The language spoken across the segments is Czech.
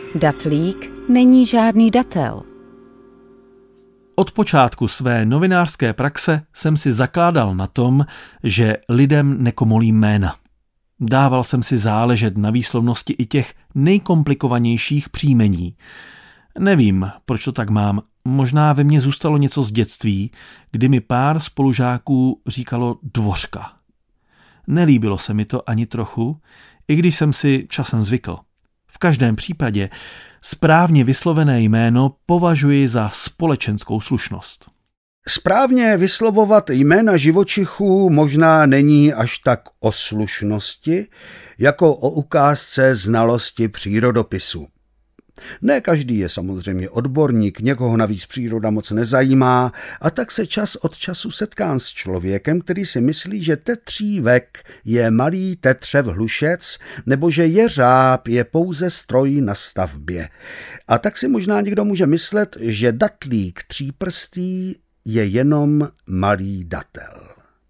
Datlík není žádný datel. Od počátku své novinářské praxe jsem si zakládal na tom, že lidem nekomolím jména. Dával jsem si záležet na výslovnosti i těch nejkomplikovanějších příjmení. Nevím, proč to tak mám. Možná ve mně zůstalo něco z dětství, kdy mi pár spolužáků říkalo Dvořka. Nelíbilo se mi to ani trochu, i když jsem si časem zvykl. V každém případě správně vyslovené jméno považuji za společenskou slušnost. Správně vyslovovat jména živočichů možná není až tak o slušnosti, jako o ukázce znalosti přírodopisu. Ne každý je samozřejmě odborník, někoho navíc příroda moc nezajímá a tak se čas od času setkám s člověkem, který si myslí, že tetřívek je malý tetřev hlušec nebo že jeřáb je pouze stroj na stavbě. A tak si možná někdo může myslet, že datlík tříprstý je jenom malý datel.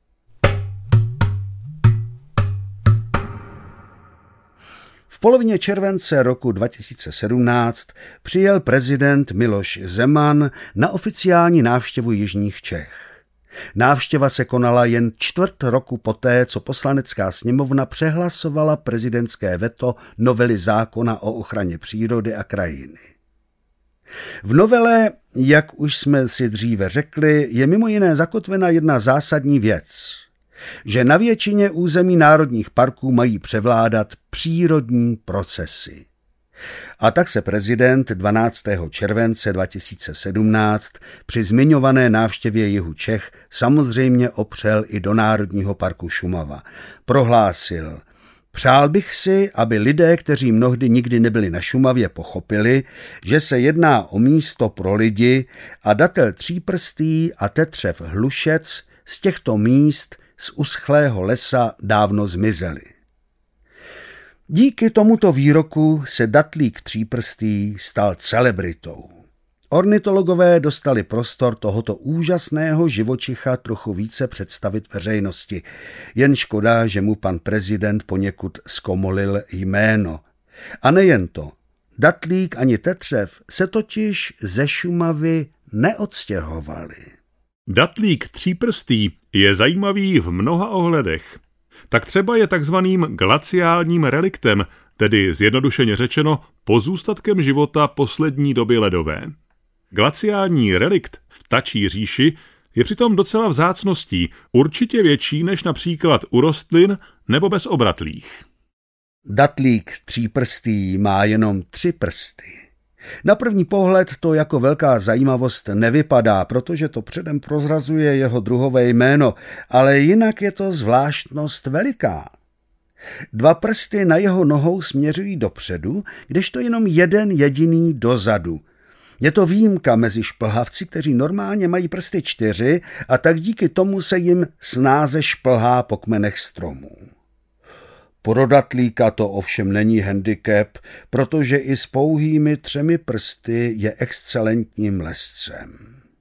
V polovině července roku 2017 přijel prezident Miloš Zeman na oficiální návštěvu jižních Čech. Návštěva se konala jen čtvrt roku poté, co Poslanecká sněmovna přehlasovala prezidentské veto novely zákona o ochraně přírody a krajiny. V novele, jak už jsme si dříve řekli, je mimo jiné zakotvena jedna zásadní věc, že na většině území národních parků mají převládat přírodní procesy. A tak se prezident 12. července 2017 při zmiňované návštěvě jihu Čech samozřejmě opřel i do Národního parku Šumava. Prohlásil: přál bych si, aby lidé, kteří mnohdy nikdy nebyli na Šumavě, pochopili, že se jedná o místo pro lidi a datel tříprstý a tetřev hlušec z těchto míst z uschlého lesa dávno zmizely. Díky tomuto výroku se datlík tříprstý stal celebritou. Ornitologové dostali prostor tohoto úžasného živočicha trochu více představit veřejnosti. Jen škoda, že mu pan prezident poněkud zkomolil jméno. A nejen to. Datlík ani tetřev se totiž ze Šumavy neodstěhovali. Datlík tříprstý je zajímavý v mnoha ohledech. Tak třeba je takzvaným glaciálním reliktem, tedy zjednodušeně řečeno pozůstatkem života poslední doby ledové. Glaciální relikt v ptačí říši je přitom docela vzácností, určitě větší než například u rostlin nebo bezobratlých. Datlík tříprstý má jenom 3 prsty. Na první pohled to jako velká zajímavost nevypadá, protože to předem prozrazuje jeho druhové jméno, ale jinak je to zvláštnost veliká. 2 prsty na jeho nohou směřují dopředu, kdežto jenom jeden jediný dozadu. Je to výjimka mezi šplhavci, kteří normálně mají prsty 4 a tak díky tomu se jim snáze šplhá po kmenech stromů. Pro datlíka to ovšem není handicap, protože i s pouhými 3 prsty je excelentním lezcem.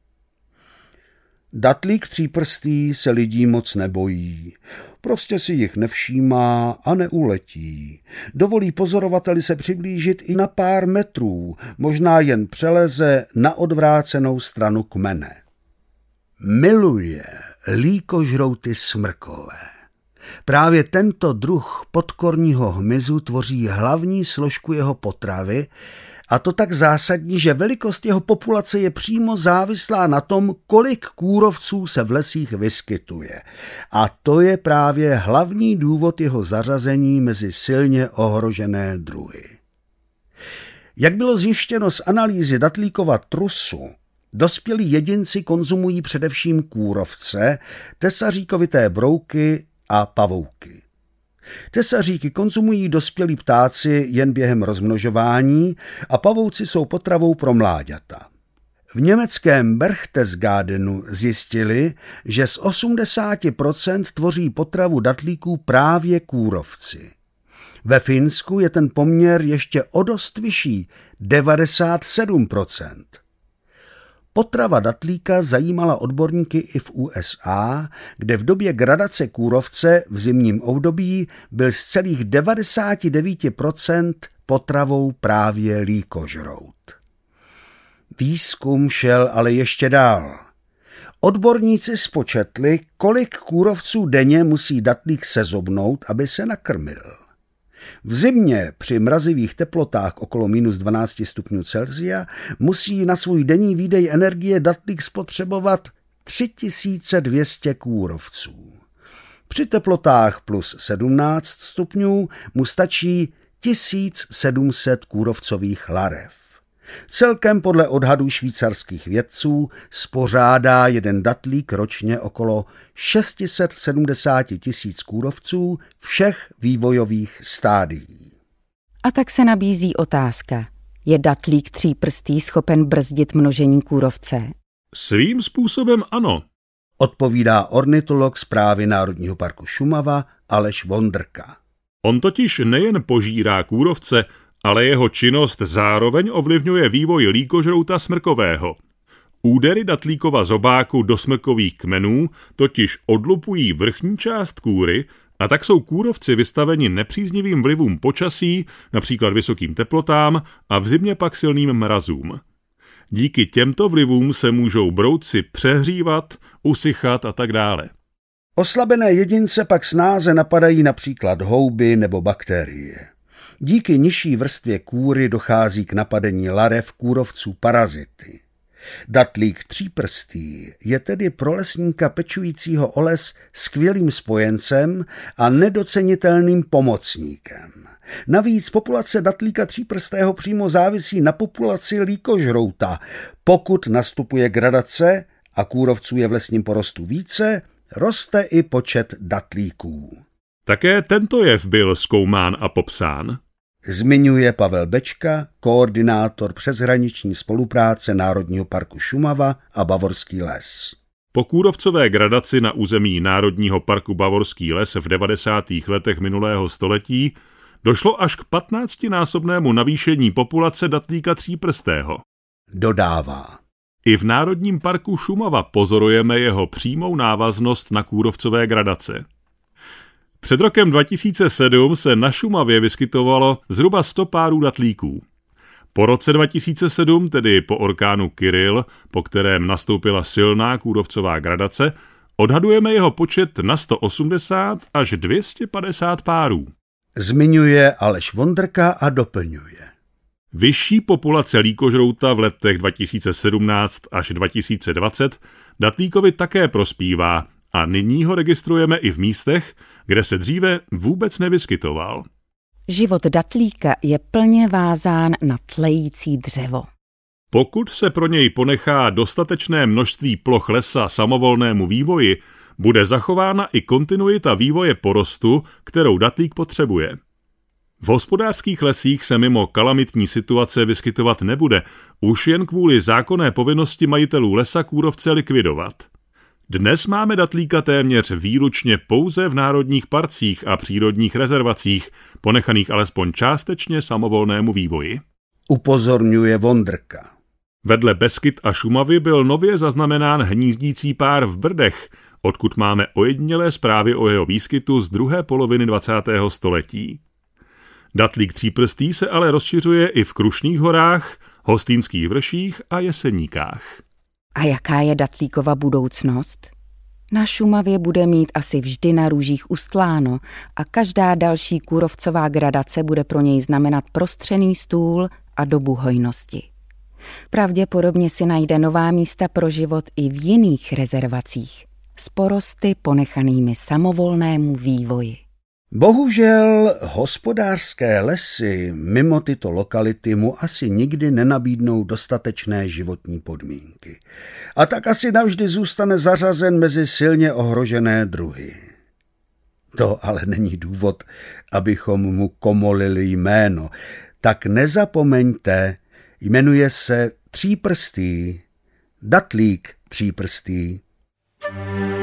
Datlík tříprstý se lidí moc nebojí. Prostě si jich nevšímá a neuletí. Dovolí pozorovateli se přiblížit i na pár metrů, možná jen přeleze na odvrácenou stranu kmene. Miluje líkožrouty smrkové. Právě tento druh podkorního hmyzu tvoří hlavní složku jeho potravy, a to tak zásadní, že velikost jeho populace je přímo závislá na tom, kolik kůrovců se v lesích vyskytuje. A to je právě hlavní důvod jeho zařazení mezi silně ohrožené druhy. Jak bylo zjištěno z analýzy datlíkova trusu, dospělí jedinci konzumují především kůrovce, tesaříkovité brouky a pavouky. Tesaříky konzumují dospělí ptáci jen během rozmnožování a pavouci jsou potravou pro mláďata. V německém Berchtesgadenu zjistili, že z 80% tvoří potravu datlíků právě kůrovci. Ve Finsku je ten poměr ještě o dost vyšší, 97%. Potrava datlíka zajímala odborníky i v USA, kde v době gradace kůrovce v zimním období byl z celých 99% potravou právě líkožrout. Výzkum šel ale ještě dál. Odborníci spočetli, kolik kůrovců denně musí datlík sezobnout, aby se nakrmil. V zimě při mrazivých teplotách okolo -12 stupňů Celsia musí na svůj denní výdej energie datlík spotřebovat 3200 kůrovců. Při teplotách plus 17 stupňů mu stačí 1700 kůrovcových larev. Celkem podle odhadů švýcarských vědců spořádá jeden datlík ročně okolo 670 000 kůrovců všech vývojových stádií. A tak se nabízí otázka. Je datlík tříprstý schopen brzdit množení kůrovce? Svým způsobem ano. Odpovídá ornitolog Správy Národního parku Šumava Aleš Vondrka. On totiž nejen požírá kůrovce, ale jeho činnost zároveň ovlivňuje vývoj líkožrouta smrkového. Údery datlíkova zobáku do smrkových kmenů totiž odlupují vrchní část kůry a tak jsou kůrovci vystaveni nepříznivým vlivům počasí, například vysokým teplotám a v zimě pak silným mrazům. Díky těmto vlivům se můžou broudci přehřívat, usychat a tak dále. Oslabené jedince pak snáze napadají například houby nebo bakterie. Díky nižší vrstvě kůry dochází k napadení larev kůrovců parazity. Datlík tříprstý je tedy pro lesníka pečujícího o les skvělým spojencem a nedocenitelným pomocníkem. Navíc populace datlíka tříprstého přímo závisí na populaci líkožrouta. Pokud nastupuje gradace a kůrovců je v lesním porostu více, roste i počet datlíků. Také tento jev byl zkoumán a popsán. Zmiňuje Pavel Bečka, koordinátor přeshraniční spolupráce Národního parku Šumava a Bavorský les. Po kůrovcové gradaci na území Národního parku Bavorský les v 90. letech minulého století došlo až k 15násobnému navýšení populace datlíka tříprstého. Dodává. I v Národním parku Šumava pozorujeme jeho přímou návaznost na kůrovcové gradace. Před rokem 2007 se na Šumavě vyskytovalo zhruba 100 párů datlíků. Po roce 2007, tedy po orkánu Kyrill, po kterém nastoupila silná kůrovcová gradace, odhadujeme jeho počet na 180 až 250 párů. Zmiňuje Aleš Vondrka a doplňuje. Vyšší populace líkožrouta v letech 2017 až 2020 datlíkovi také prospívá a nyní ho registrujeme i v místech, kde se dříve vůbec nevyskytoval. Život datlíka je plně vázán na tlející dřevo. Pokud se pro něj ponechá dostatečné množství ploch lesa samovolnému vývoji, bude zachována i kontinuita vývoje porostu, kterou datlík potřebuje. V hospodářských lesích se mimo kalamitní situace vyskytovat nebude, už jen kvůli zákonné povinnosti majitelů lesa kůrovce likvidovat. Dnes máme datlíka téměř výlučně pouze v národních parcích a přírodních rezervacích, ponechaných alespoň částečně samovolnému vývoji. Upozorňuje Vondrka. Vedle Beskyt a Šumavy byl nově zaznamenán hnízdící pár v Brdech, odkud máme ojedinělé zprávy o jeho výskytu z druhé poloviny 20. století. Datlík tříprstý se ale rozšiřuje i v Krušných horách, Hostýnských vrších a Jeseníkách. A jaká je datlíkova budoucnost? Na Šumavě bude mít asi vždy na růžích ustláno a každá další kůrovcová gradace bude pro něj znamenat prostřený stůl a dobu hojnosti. Pravděpodobně si najde nová místa pro život i v jiných rezervacích, s porosty ponechanými samovolnému vývoji. Bohužel hospodářské lesy mimo tyto lokality mu asi nikdy nenabídnou dostatečné životní podmínky. A tak asi navždy zůstane zařazen mezi silně ohrožené druhy. To ale není důvod, abychom mu komolili jméno. Tak nezapomeňte, jmenuje se tříprstý, datlík tříprstý.